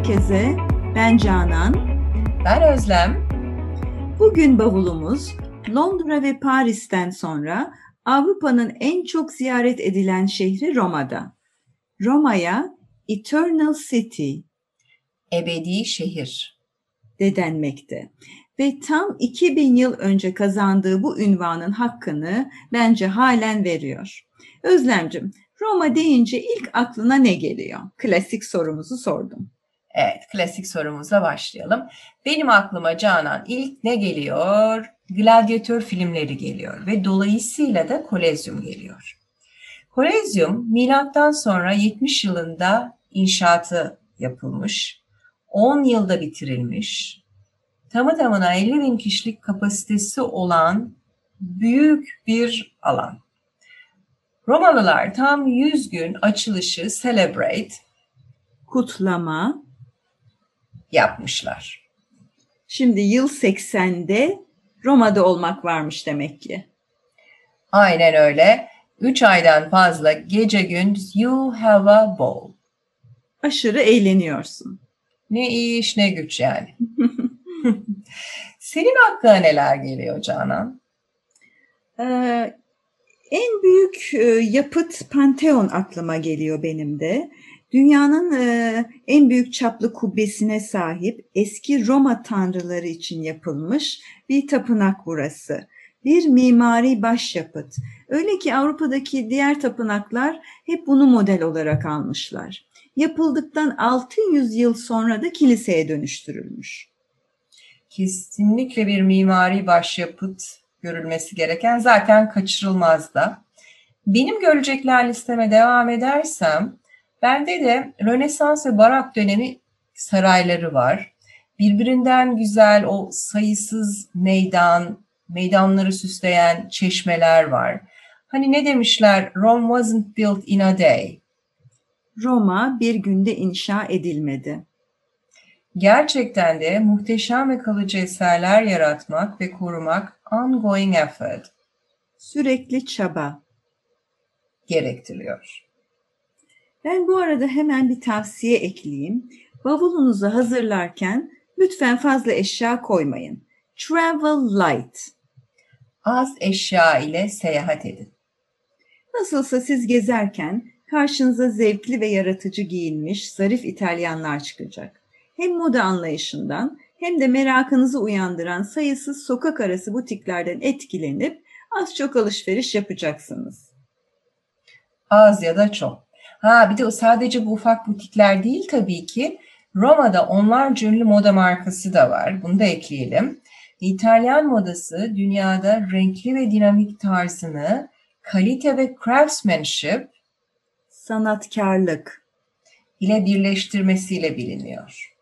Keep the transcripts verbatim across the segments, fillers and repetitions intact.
herkese. Ben Canan. Ben Özlem. Bugün bavulumuz Londra ve Paris'ten sonra Avrupa'nın en çok ziyaret edilen şehri Roma'da. Roma'ya Eternal City, ebedi şehir de denmekte. Ve tam iki bin yıl önce kazandığı bu ünvanın hakkını bence halen veriyor. Özlemcim, Roma deyince ilk aklına ne geliyor? Klasik sorumuzu sordum. Evet, klasik sorumuzla başlayalım. Benim aklıma Canan ilk ne geliyor? Gladyatör filmleri geliyor ve dolayısıyla da Kolezyum geliyor. Kolezyum milattan sonra yetmiş yılında inşaatı yapılmış, on yılda bitirilmiş, tamı tamına elli bin kişilik kapasitesi olan büyük bir alan. Romalılar tam yüz gün açılışı celebrate, kutlama yapmışlar. Şimdi yıl seksende Roma'da olmak varmış demek ki. Aynen öyle. Üç aydan fazla gece gündüz you have a ball. Aşırı eğleniyorsun. Ne iş ne güç yani. Senin aklına neler geliyor Canan? Ee, en büyük e, yapıt Pantheon aklıma geliyor benim de. Dünyanın e, en büyük çaplı kubbesine sahip eski Roma tanrıları için yapılmış bir tapınak burası. Bir mimari başyapıt. Öyle ki Avrupa'daki diğer tapınaklar hep bunu model olarak almışlar. Yapıldıktan altı yüz yıl sonra da kiliseye dönüştürülmüş. Kesinlikle bir mimari başyapıt görülmesi gereken, zaten kaçırılmaz da. Benim görecekler listeme devam edersem, bende de Rönesans ve Barak dönemi sarayları var. Birbirinden güzel o sayısız meydan, meydanları süsleyen çeşmeler var. Hani ne demişler? Rome wasn't built in a day. Roma bir günde inşa edilmedi. Gerçekten de muhteşem ve kalıcı eserler yaratmak ve korumak ongoing effort. Sürekli çaba gerektiriyor. Ben bu arada hemen bir tavsiye ekleyeyim. Bavulunuzu hazırlarken lütfen fazla eşya koymayın. Travel light. Az eşya ile seyahat edin. Nasılsa siz gezerken karşınıza zevkli ve yaratıcı giyinmiş zarif İtalyanlar çıkacak. Hem moda anlayışından hem de merakınızı uyandıran sayısız sokak arası butiklerden etkilenip az çok alışveriş yapacaksınız. Az ya da çok. Ha bir de o sadece bu ufak butikler değil tabii ki. Roma'da onlarca ünlü moda markası da var. Bunu da ekleyelim. İtalyan modası dünyada renkli ve dinamik tarzını, kalite ve craftsmanship, sanatkarlık ile birleştirmesiyle biliniyor.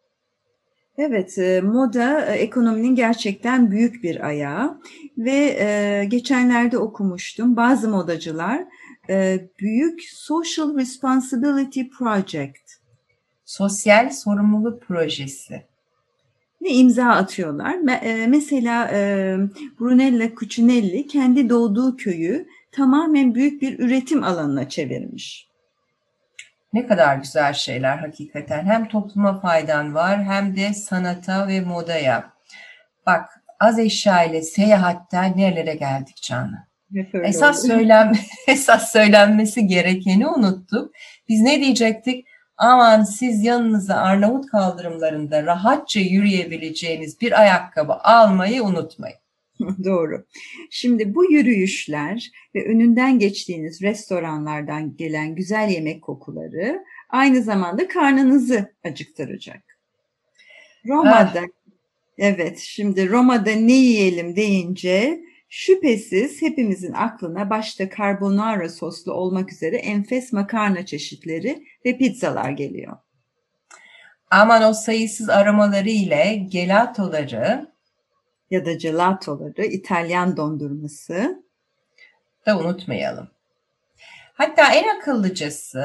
Evet, moda ekonominin gerçekten büyük bir ayağı ve geçenlerde okumuştum. Bazı modacılar büyük Social Responsibility Project, sosyal sorumluluk projesi ne imza atıyorlar. Mesela Brunella Cucinelli kendi doğduğu köyü tamamen büyük bir üretim alanına çevirmiş. Ne kadar güzel şeyler hakikaten. Hem topluma faydan var hem de sanata ve modaya. Bak az eşya ile seyahatten nerelere geldik Canan. Esas, söylem, esas söylenmesi gerekeni unuttuk. Biz ne diyecektik? Aman siz yanınıza Arnavut kaldırımlarında rahatça yürüyebileceğiniz bir ayakkabı almayı unutmayın. Doğru. Şimdi bu yürüyüşler ve önünden geçtiğiniz restoranlardan gelen güzel yemek kokuları aynı zamanda karnınızı acıktıracak. Roma'da, ah. evet şimdi Roma'da ne yiyelim deyince şüphesiz hepimizin aklına başta carbonara soslu olmak üzere enfes makarna çeşitleri ve pizzalar geliyor. Aman o sayısız aromaları ile gelatoları ya da gelatoları, İtalyan dondurması da unutmayalım. Hatta en akıllıcası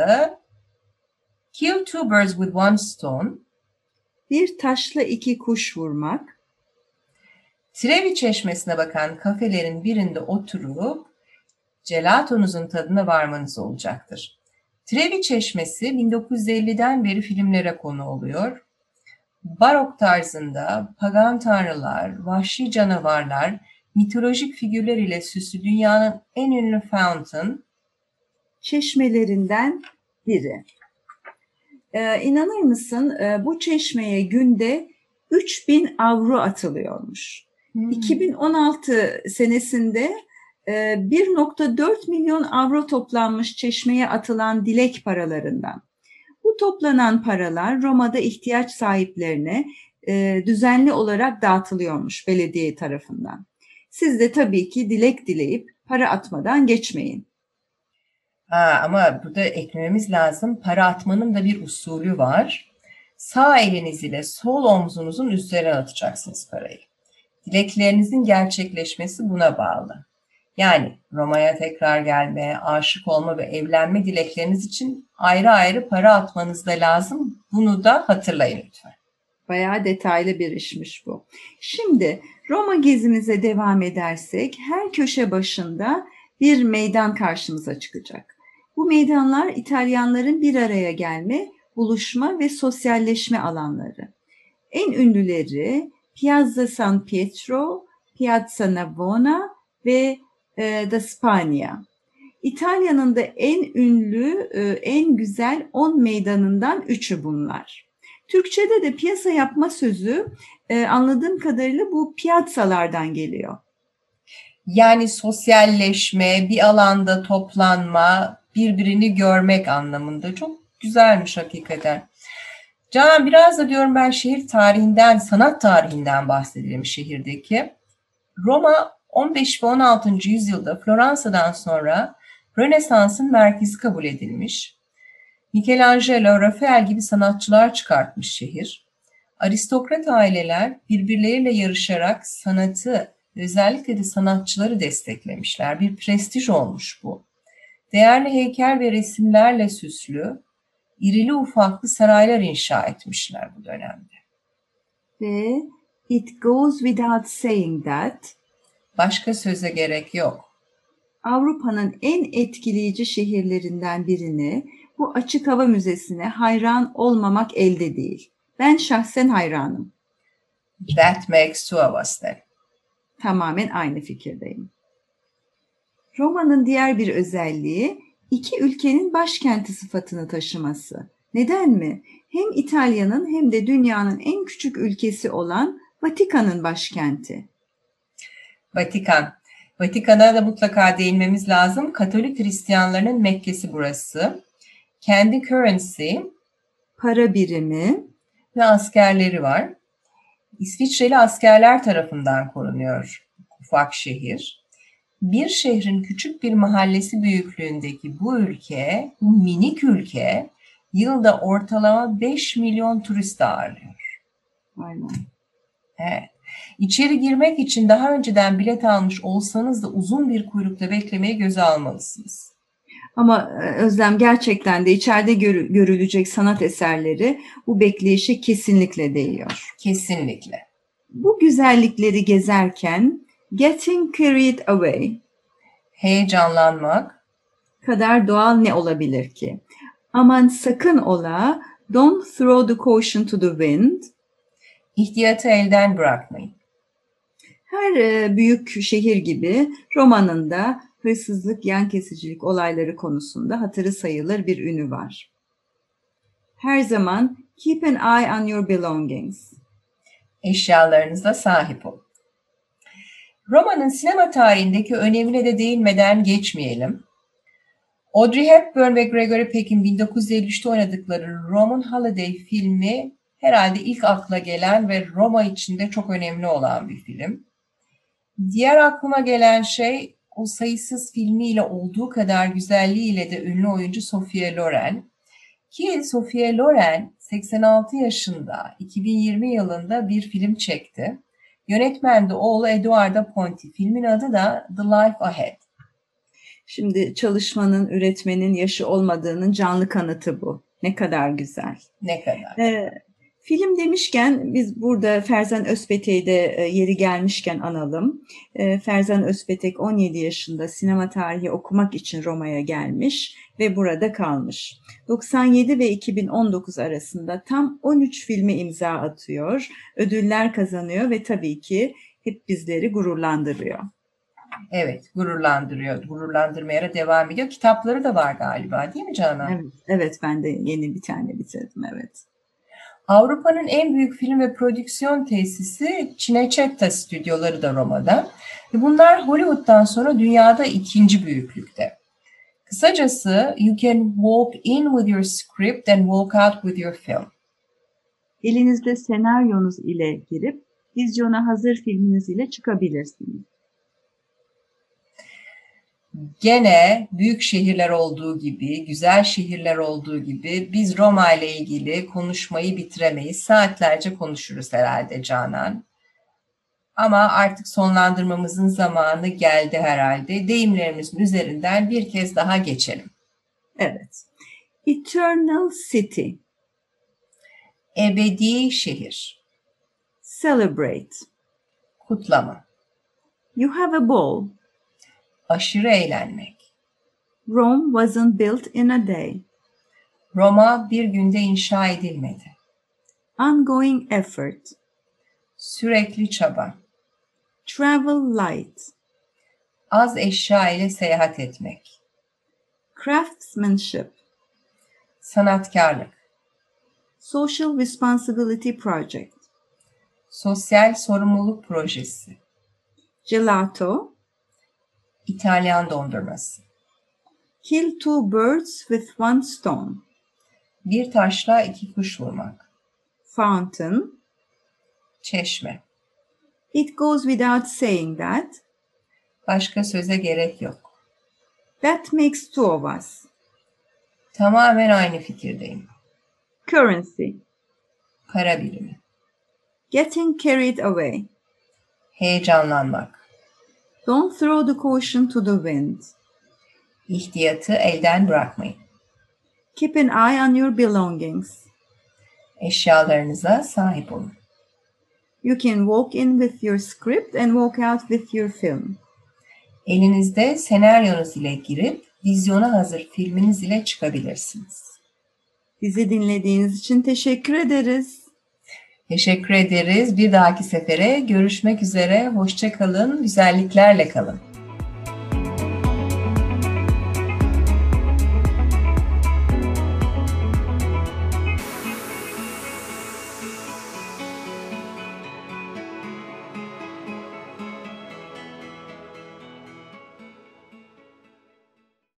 kill two birds with one stone, bir taşla iki kuş vurmak. Trevi Çeşmesi'ne bakan kafelerin birinde oturup gelatonuzun tadına varmanız olacaktır. Trevi Çeşmesi bin dokuz yüz elliden beri filmlere konu oluyor. Barok tarzında pagan tanrılar, vahşi canavarlar, mitolojik figürler ile süslü dünyanın en ünlü fountain çeşmelerinden biri. Ee, inanır mısın e, bu çeşmeye günde üç bin avro atılıyormuş. Hmm. iki bin on altı senesinde e, bir nokta dört milyon avro toplanmış çeşmeye atılan dilek paralarından. Bu toplanan paralar Roma'da ihtiyaç sahiplerine e, düzenli olarak dağıtılıyormuş belediye tarafından. Siz de tabii ki dilek dileyip para atmadan geçmeyin. Ha, ama burada eklememiz lazım. Para atmanın da bir usulü var. Sağ eliniz ile sol omzunuzun üzerine atacaksınız parayı. Dileklerinizin gerçekleşmesi buna bağlı. Yani Roma'ya tekrar gelme, aşık olma ve evlenme dilekleriniz için ayrı ayrı para atmanız da lazım. Bunu da hatırlayın lütfen. Bayağı detaylı bir işmiş bu. Şimdi Roma gezimize devam edersek her köşe başında bir meydan karşımıza çıkacak. Bu meydanlar İtalyanların bir araya gelme, buluşma ve sosyalleşme alanları. En ünlüleri Piazza San Pietro, Piazza Navona ve e, da Spagna. İtalya'nın da en ünlü, e, en güzel on meydanından üçü bunlar. Türkçe'de de piyasa yapma sözü e, anladığım kadarıyla bu piazzalardan geliyor. Yani sosyalleşme, bir alanda toplanma, birbirini görmek anlamında. Çok güzelmiş hakikaten. Canan, biraz da diyorum ben şehir tarihinden, sanat tarihinden bahsedelim şehirdeki. Roma on beş ve on altıncı yüzyılda Floransa'dan sonra Rönesans'ın merkezi kabul edilmiş. Michelangelo, Rafael gibi sanatçılar çıkartmış şehir. Aristokrat aileler birbirleriyle yarışarak sanatı, özellikle de sanatçıları desteklemişler. Bir prestij olmuş bu. Değerli heykel ve resimlerle süslü, irili ufaklı saraylar inşa etmişler bu dönemde. Ve it goes without saying that başka söze gerek yok. Avrupa'nın en etkileyici şehirlerinden birine, bu açık hava müzesine hayran olmamak elde değil. Ben şahsen hayranım. That makes two of us then. Tamamen aynı fikirdeyim. Roma'nın diğer bir özelliği iki ülkenin başkenti sıfatını taşıması. Neden mi? Hem İtalya'nın hem de dünyanın en küçük ülkesi olan Vatikan'ın başkenti. Vatikan. Vatikan'a da mutlaka değinmemiz lazım. Katolik Hristiyanlarının Mekke'si burası. Kendi currency, para birimi ve askerleri var. İsviçreli askerler tarafından korunuyor ufak şehir. Bir şehrin küçük bir mahallesi büyüklüğündeki bu ülke, bu minik ülke yılda ortalama beş milyon turist ağırlıyor. Aynen. Evet. İçeri girmek için daha önceden bilet almış olsanız da uzun bir kuyrukta beklemeyi göze almalısınız. Ama Özlem, gerçekten de içeride gör- görülecek sanat eserleri bu bekleyişe kesinlikle değiyor. Kesinlikle. Bu güzellikleri gezerken getting carried away heyecanlanmak kadar doğal ne olabilir ki? Aman sakın ola, don't throw the caution to the wind. İhtiyatı elden bırakmayın. Her e, büyük şehir gibi Roma'nın da hırsızlık, yan kesicilik olayları konusunda hatırı sayılır bir ünü var. Her zaman keep an eye on your belongings. Eşyalarınıza sahip olun. Roma'nın sinema tarihindeki önemine de değinmeden geçmeyelim. Audrey Hepburn ve Gregory Peck'in bin dokuz yüz elli üçte oynadıkları Roman Holiday filmi herhalde ilk akla gelen ve Roma içinde çok önemli olan bir film. Diğer aklıma gelen şey o sayısız filmiyle olduğu kadar güzelliğiyle de ünlü oyuncu Sophia Loren. Ki Sophia Loren seksen altı yaşında iki bin yirmi yılında bir film çekti. Yönetmen de oğlu Eduardo Ponti. Filmin adı da The Life Ahead. Şimdi çalışmanın, üretmenin yaşı olmadığının canlı kanıtı bu. Ne kadar güzel. Ne kadar. Ee, Film demişken biz burada Ferzan Özpetek'i de e, yeri gelmişken analım. E, Ferzan Özpetek on yedi yaşında sinema tarihi okumak için Roma'ya gelmiş ve burada kalmış. doksan yedi ve iki bin on dokuz arasında tam on üç filme imza atıyor, ödüller kazanıyor ve tabii ki hep bizleri gururlandırıyor. Evet, gururlandırıyor. Gururlandırmaya da devam ediyor. Kitapları da var galiba, değil mi Canan? Evet, evet ben de yeni bir tane bitirdim, evet. Avrupa'nın en büyük film ve prodüksiyon tesisi Cinecittà stüdyoları da Roma'da. Bunlar Hollywood'dan sonra dünyada ikinci büyüklükte. Kısacası you can walk in with your script and walk out with your film. Elinizde senaryonuz ile girip vizyona hazır filminiz ile çıkabilirsiniz. Gene büyük şehirler olduğu gibi, güzel şehirler olduğu gibi biz Roma ile ilgili konuşmayı bitiremeyiz. Saatlerce konuşuruz herhalde Canan. Ama artık sonlandırmamızın zamanı geldi herhalde. Deyimlerimizin üzerinden bir kez daha geçelim. Evet. Eternal City. Ebedi şehir. Celebrate. Kutlama. You have a ball. Aşırı eğlenmek. Rome wasn't built in a day. Roma bir günde inşa edilmedi. Ongoing effort. Sürekli çaba. Travel light. Az eşya ile seyahat etmek. Craftsmanship. Sanatkarlık. Social responsibility project. Sosyal sorumluluk projesi. Gelato. İtalyan dondurması. Kill two birds with one stone. Bir taşla iki kuş vurmak. Fountain. Çeşme. It goes without saying that. Başka söze gerek yok. That makes two of us. Tamamen aynı fikirdeyim. Currency. Para birimi. Getting carried away. Heyecanlanmak. Don't throw the caution to the wind. İhtiyatı elden bırakmayın. Keep an eye on your belongings. Eşyalarınıza sahip olun. You can walk in with your script and walk out with your film. Elinizde senaryonuz ile girip vizyona hazır filminiz ile çıkabilirsiniz. Bizi dinlediğiniz için teşekkür ederiz. Teşekkür ederiz. Bir dahaki sefere görüşmek üzere. Hoşça kalın, güzelliklerle kalın.